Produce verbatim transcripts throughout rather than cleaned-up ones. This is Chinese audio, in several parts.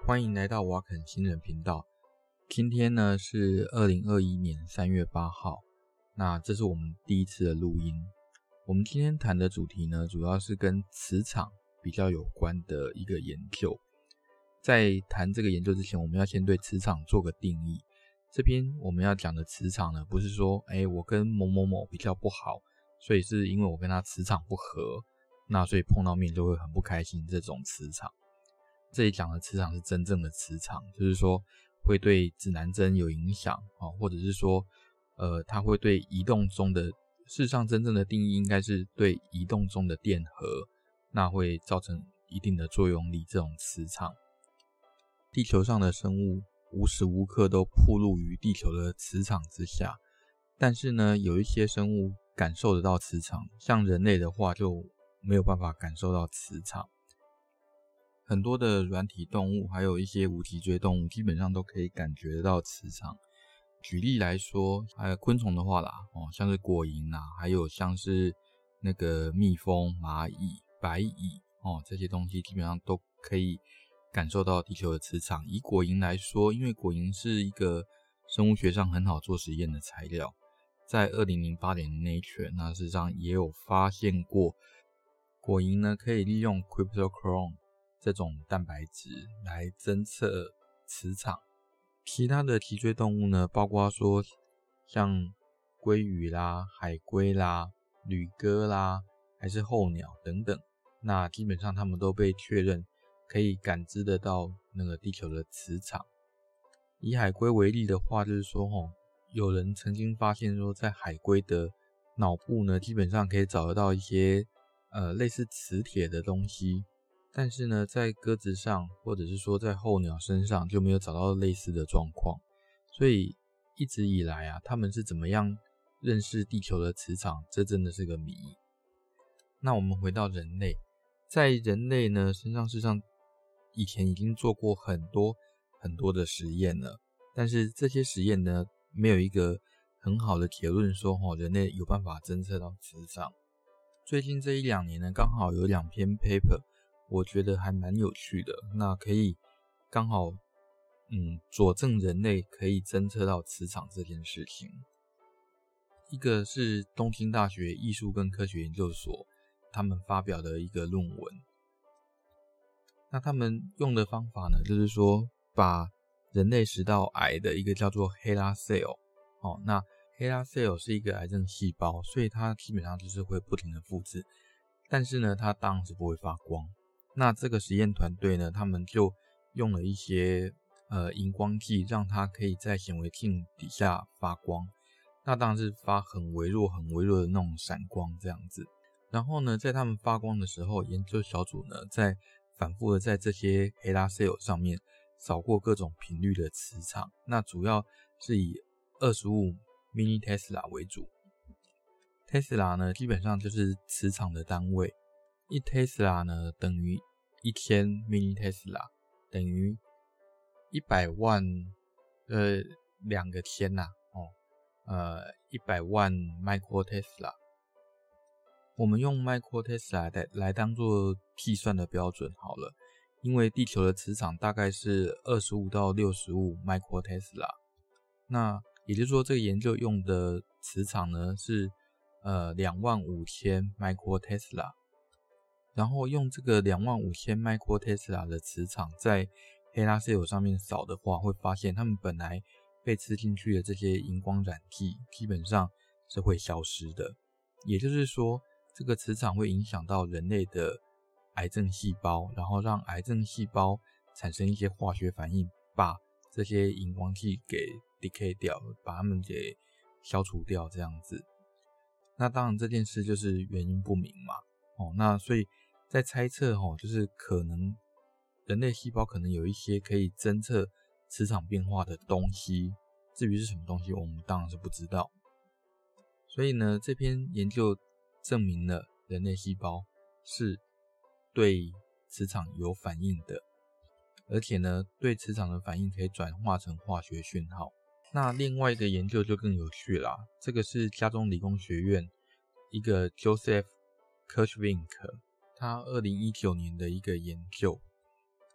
欢迎来到瓦肯新人频道。今天呢是二零二一年三月八号，那这是我们第一次的录音。我们今天谈的主题呢，主要是跟磁场比较有关的一个研究。在谈这个研究之前，我们要先对磁场做个定义。这边我们要讲的磁场呢，不是说诶我跟某某某比较不好，所以是因为我跟他磁场不合，那所以碰到面就会很不开心，这种磁场。这里讲的磁场是真正的磁场，就是说会对指南针有影响，或者是说呃，它会对移动中的，事实上真正的定义应该是对移动中的电荷，那会造成一定的作用力，这种磁场。地球上的生物无时无刻都暴露于地球的磁场之下，但是呢，有一些生物感受得到磁场，像人类的话就没有办法感受到磁场。很多的软体动物还有一些无脊椎动物基本上都可以感觉得到磁场。举例来说，还有昆虫的话啦，哦，像是果蝇啦，还有像是那个蜜蜂、蚂蚁、白蚁哦，这些东西基本上都可以感受到地球的磁场。以果蝇来说，因为果蝇是一个生物学上很好做实验的材料，在二零零八年的 Nature 那事实上也有发现过，果蝇呢可以利用 cryptochrome 这种蛋白质来侦测磁场。其他的脊椎动物呢，包括说像鲑鱼啦、海龟啦、旅鸽啦，还是候鸟等等，那基本上它们都被确认可以感知得到那个地球的磁场。以海龟为例的话，就是说齁，有人曾经发现说，在海龟的脑部呢，基本上可以找得到一些呃类似磁铁的东西。但是呢，在鸽子上或者是说在候鸟身上就没有找到类似的状况，所以一直以来啊，他们是怎么样认识地球的磁场，这真的是个谜。那我们回到人类，在人类呢身上，事实上以前已经做过很多很多的实验了，但是这些实验呢，没有一个很好的结论说齁，人类有办法侦测到磁场。最近这一两年呢，刚好有两篇 paper。我觉得还蛮有趣的，那可以刚好嗯佐证人类可以侦测到磁场这件事情。一个是东京大学艺术跟科学研究所他们发表的一个论文，那他们用的方法呢，就是说把人类食道癌的一个叫做 HeLa cell 哦，那 HeLa cell 是一个癌症细胞，所以它基本上就是会不停的复制，但是呢它当然是不会发光。那这个实验团队呢，他们就用了一些呃荧光剂，让它可以在显微镜底下发光。那当然是发很微弱、很微弱的那种闪光这样子。然后呢，在他们发光的时候，研究小组呢，在反复的在这些 HeLa cell 上面扫过各种频率的磁场。那主要是以二十五 mini Tesla 为主。Tesla 呢，基本上就是磁场的单位。一 Tesla 呢等于一千 mini Tesla， 等于一百万呃两个千呐、啊、哦呃一百万 micro Tesla。我们用 micro Tesla 来来当做计算的标准好了，因为地球的磁场大概是二十五到六十五 micro Tesla。那也就是说，这个研究用的磁场呢是呃两万五千 micro Tesla。然后用这个两万五千 micro Tesla 的磁场在 HeLa cell 上面扫的话，会发现它们本来被吃进去的这些荧光染剂基本上是会消失的。也就是说，这个磁场会影响到人类的癌症细胞，然后让癌症细胞产生一些化学反应，把这些荧光剂给 decay 掉，把它们给消除掉这样子。那当然这件事就是原因不明嘛。哦，那所以在猜测齁，就是可能人类细胞可能有一些可以侦测磁场变化的东西，至于是什么东西，我们当然是不知道。所以呢，这篇研究证明了人类细胞是对磁场有反应的，而且呢，对磁场的反应可以转化成化学讯号。那另外一个研究就更有趣啦，这个是加州理工学院一个 Joseph Kirschvink 他二零一九年的一个研究。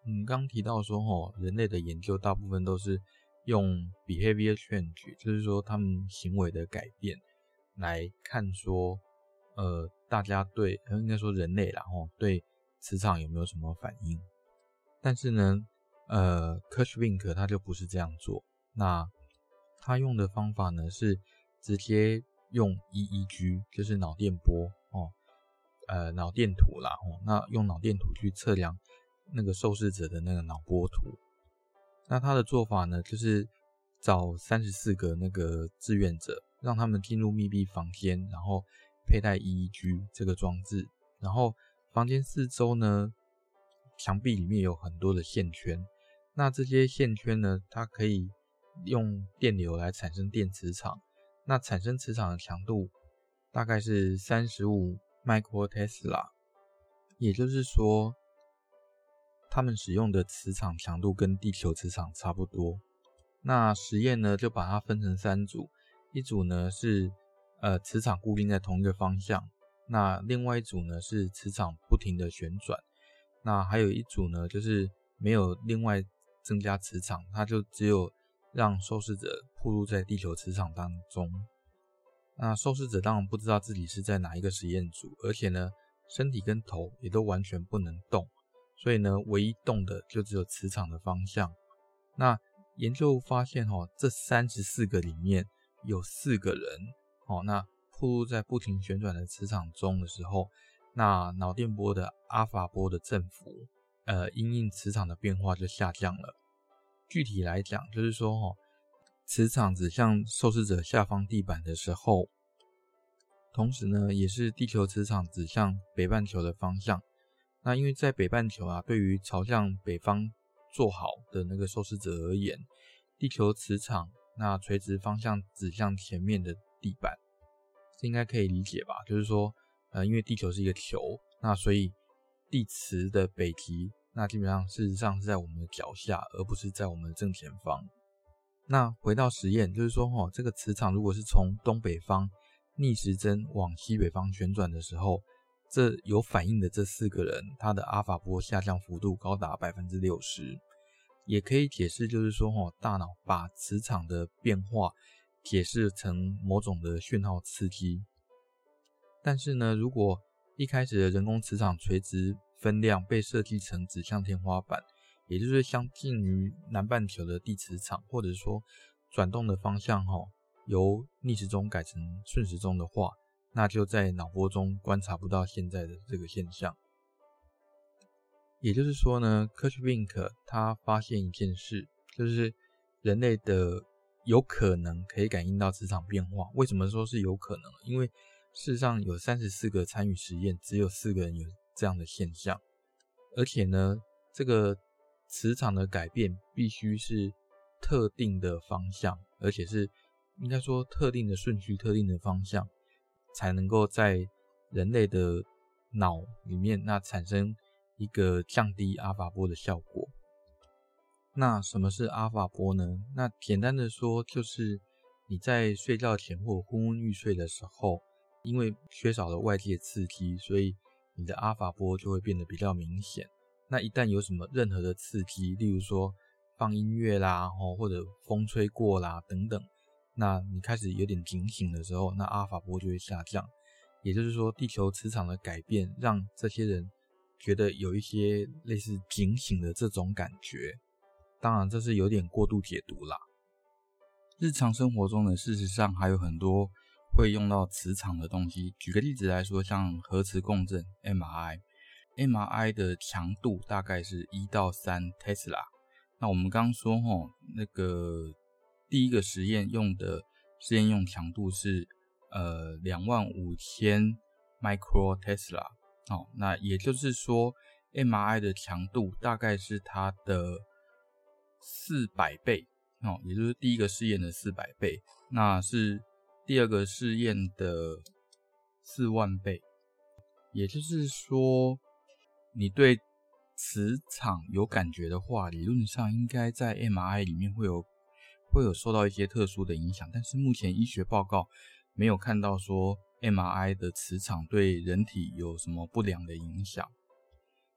嗯，刚提到说齁，人类的研究大部分都是用 behavior change， 就是说他们行为的改变来看说，呃，大家对，应该说人类啦齁，对磁场有没有什么反应？但是呢，呃 Kirschvinck 他就不是这样做，那他用的方法呢是直接用 E E G， 就是脑电波哦，呃，脑电图啦哦，那用脑电图去测量那个受试者的那个脑波图。那他的做法呢，就是找三十四个那个志愿者，让他们进入密闭房间，然后佩戴 E E G 这个装置，然后房间四周呢，墙壁里面有很多的线圈，那这些线圈呢，它可以用电流来产生电磁场，那产生磁场的强度大概是三十五 microtesla， 也就是说他们使用的磁场强度跟地球磁场差不多。那实验呢就把它分成三组，一组呢是呃磁场固定在同一个方向，那另外一组呢是磁场不停的旋转，那还有一组呢就是没有另外增加磁场，它就只有让受试者暴露在地球磁场当中。那受试者当然不知道自己是在哪一个实验组，而且呢身体跟头也都完全不能动，所以呢唯一动的就只有磁场的方向。那研究发现齁，这三十四个里面有四个人齁，那暴露在不停旋转的磁场中的时候，那脑电波的阿尔法波的振幅呃因应磁场的变化就下降了。具体来讲就是说齁，磁场指向受试者下方地板的时候，同时呢也是地球磁场指向北半球的方向。那因为在北半球啊，对于朝向北方坐好的那个受试者而言，地球磁场那垂直方向指向前面的地板，这应该可以理解吧？就是说呃因为地球是一个球，那所以地磁的北极那基本上事实上是在我们的脚下，而不是在我们的正前方。那回到实验，就是说齁，这个磁场如果是从东北方逆时针往西北方旋转的时候，这有反应的这四个人，他的阿尔法波下降幅度高达 百分之六十， 也可以解释就是说齁，大脑把磁场的变化解释成某种的讯号刺激。但是呢，如果一开始的人工磁场垂直分量被设计成指向天花板，也就是相近于南半球的地磁场，或者说转动的方向齁，由逆时钟改成顺时钟的话，那就在脑波中观察不到现在的这个现象。也就是说呢 Kirschvinck 他发现一件事，就是人类的有可能可以感应到磁场变化。为什么说是有可能？因为事实上有三十四个参与实验，只有四个人有这样的现象，而且呢这个磁场的改变必须是特定的方向，而且是应该说特定的顺序、特定的方向，才能够在人类的脑里面那产生一个降低阿尔法波的效果。那什么是阿尔法波呢？那简单的说，就是你在睡觉前或昏昏欲睡的时候，因为缺少了外界刺激，所以你的阿尔法波就会变得比较明显。那一旦有什么任何的刺激，例如说放音乐啦，或者风吹过啦等等，那你开始有点警醒的时候，那阿尔法波就会下降。也就是说，地球磁场的改变让这些人觉得有一些类似警醒的这种感觉。当然这是有点过度解读啦。日常生活中呢，事实上还有很多会用到磁场的东西。举个例子来说，像核磁共振 M R I，M R I 的强度大概是一到三 Tesla。那我们刚刚说齁，那个第一个实验用的实验用强度是呃两万五千 microtesla。哦，那也就是说 M R I 的强度大概是它的四百倍。哦，也就是第一个试验的四百倍，那是第二个试验的四万倍。也就是说，你对磁场有感觉的话，理论上应该在 M R I 里面会有会有受到一些特殊的影响，但是目前医学报告没有看到说 M R I 的磁场对人体有什么不良的影响。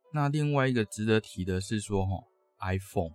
那另外一个值得提的是说齁 iPhone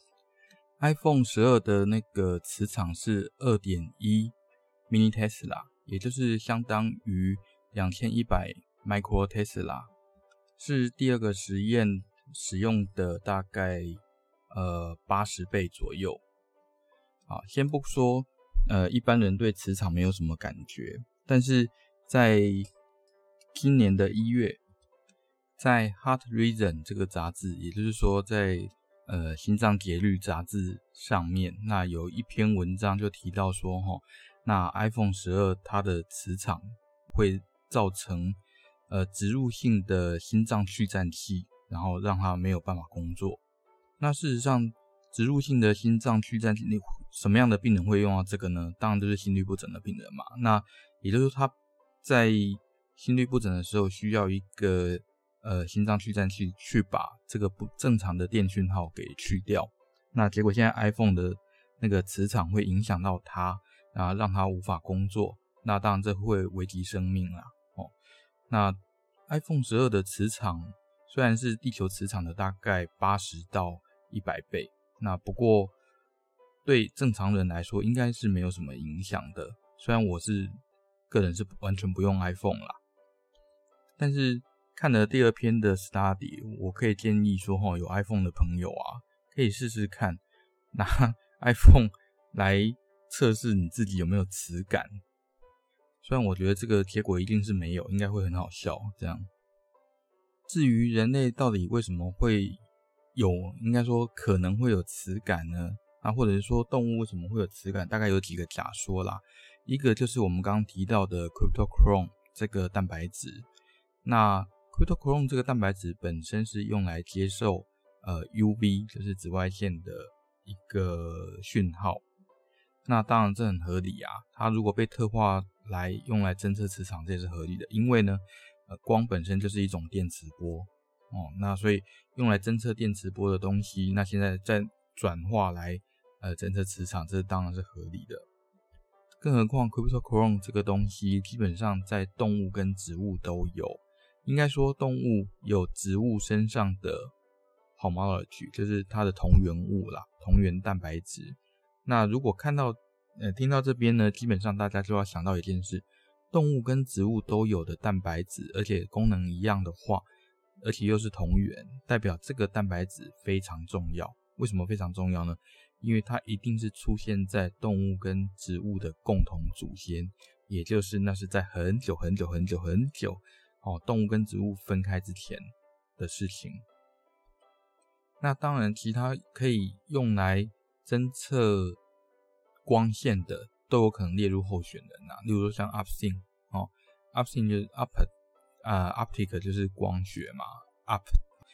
iPhone 十二的那个磁场是 二点一 mini Tesla， 也就是相当于两千一百 micro Tesla， 是第二个实验使用的大概呃八十倍左右。好，先不说呃一般人对磁场没有什么感觉，但是在今年的一月，在 Heart Rhythm 这个杂志，也就是说在呃心脏节律杂志上面，那有一篇文章就提到说齁，那 iPhone 十二它的磁场会造成呃植入性的心脏去颤器，然后让它没有办法工作。那事实上植入性的心脏去颤器，什么样的病人会用到这个呢？当然就是心律不整的病人嘛。那也就是说他在心律不整的时候需要一个呃心脏去颤器去把这个不正常的电讯号给去掉。那结果现在 iPhone 的那个磁场会影响到它，然后让它无法工作。那当然这会危及生命啦。哦，那 iPhone 十二的磁场虽然是地球磁场的大概八十到一百倍，那不过对正常人来说应该是没有什么影响的。虽然我是个人是完全不用 iPhone 啦，但是看了第二篇的 study， 我可以建议说齁，有 iPhone 的朋友啊，可以试试看拿 iPhone 来测试你自己有没有磁感。虽然我觉得这个结果一定是没有，应该会很好笑这样。至于人类到底为什么会有，应该说可能会有磁感呢？啊，或者是说动物为什么会有磁感？大概有几个假说啦。一个就是我们刚刚提到的 cryptochrome 这个蛋白质。那 cryptochrome 这个蛋白质本身是用来接受呃 U V， 就是紫外线的一个讯号。那当然这很合理啊，它如果被特化来用来侦测磁场，这也是合理的。因为呢，呃，光本身就是一种电磁波哦，那所以用来侦测电磁波的东西，那现在再转化来呃侦测磁场，这当然是合理的。更何况 cryptochrome 这个东西基本上在动物跟植物都有，应该说动物有植物身上的 homology， 就是它的同源物啦，同源蛋白质。那如果看到呃听到这边呢，基本上大家就要想到一件事，动物跟植物都有的蛋白质，而且功能一样的话，而且又是同源，代表这个蛋白质非常重要。为什么非常重要呢？因为它一定是出现在动物跟植物的共同祖先，也就是那是在很久很久很久很久哦，动物跟植物分开之前的事情。那当然其他可以用来侦测光线的都有可能列入候选人啊，例如说像 Opsin 哦 ，Opsin 就是 up 啊、呃、，optic 就是光学嘛 ，up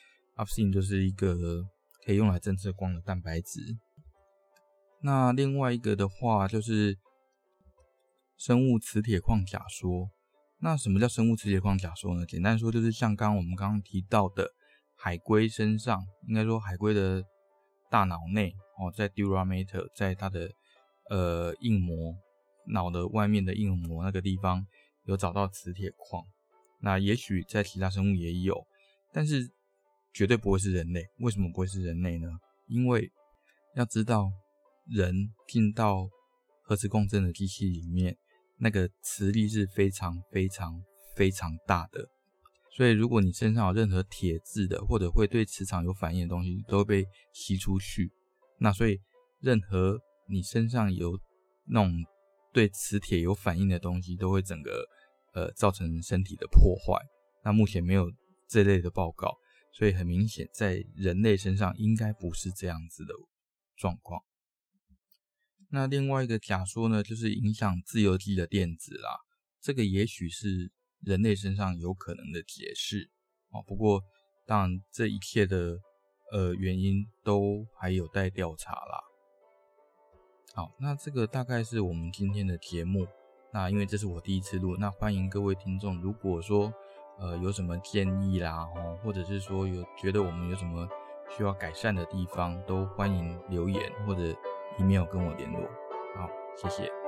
Opsin 就是一个可以用来侦测光的蛋白质。那另外一个的话就是生物磁铁矿假说。那什么叫生物磁铁矿假说呢？简单说就是像刚刚我们刚刚提到的海龟身上，应该说海龟的大脑内哦，在 dura mater， 在它的呃硬膜脑的外面的硬膜那个地方有找到磁铁矿。那也许在其他生物也有，但是绝对不会是人类。为什么不会是人类呢？因为要知道人进到核磁共振的机器里面，那个磁力是非常非常非常大的，所以如果你身上有任何铁质的或者会对磁场有反应的东西都会被吸出去。那所以任何你身上有那种对磁铁有反应的东西都会整个呃造成身体的破坏。那目前没有这类的报告，所以很明显在人类身上应该不是这样子的状况。那另外一个假说呢，就是影响自由基的电子啦，这个也许是人类身上有可能的解释哦。不过当然这一切的呃原因都还有待调查啦。好，那这个大概是我们今天的节目。那因为这是我第一次录，那欢迎各位听众，如果说呃有什么建议啦，哦，或者是说有觉得我们有什么需要改善的地方，都欢迎留言或者 email 跟我联络。好，谢谢。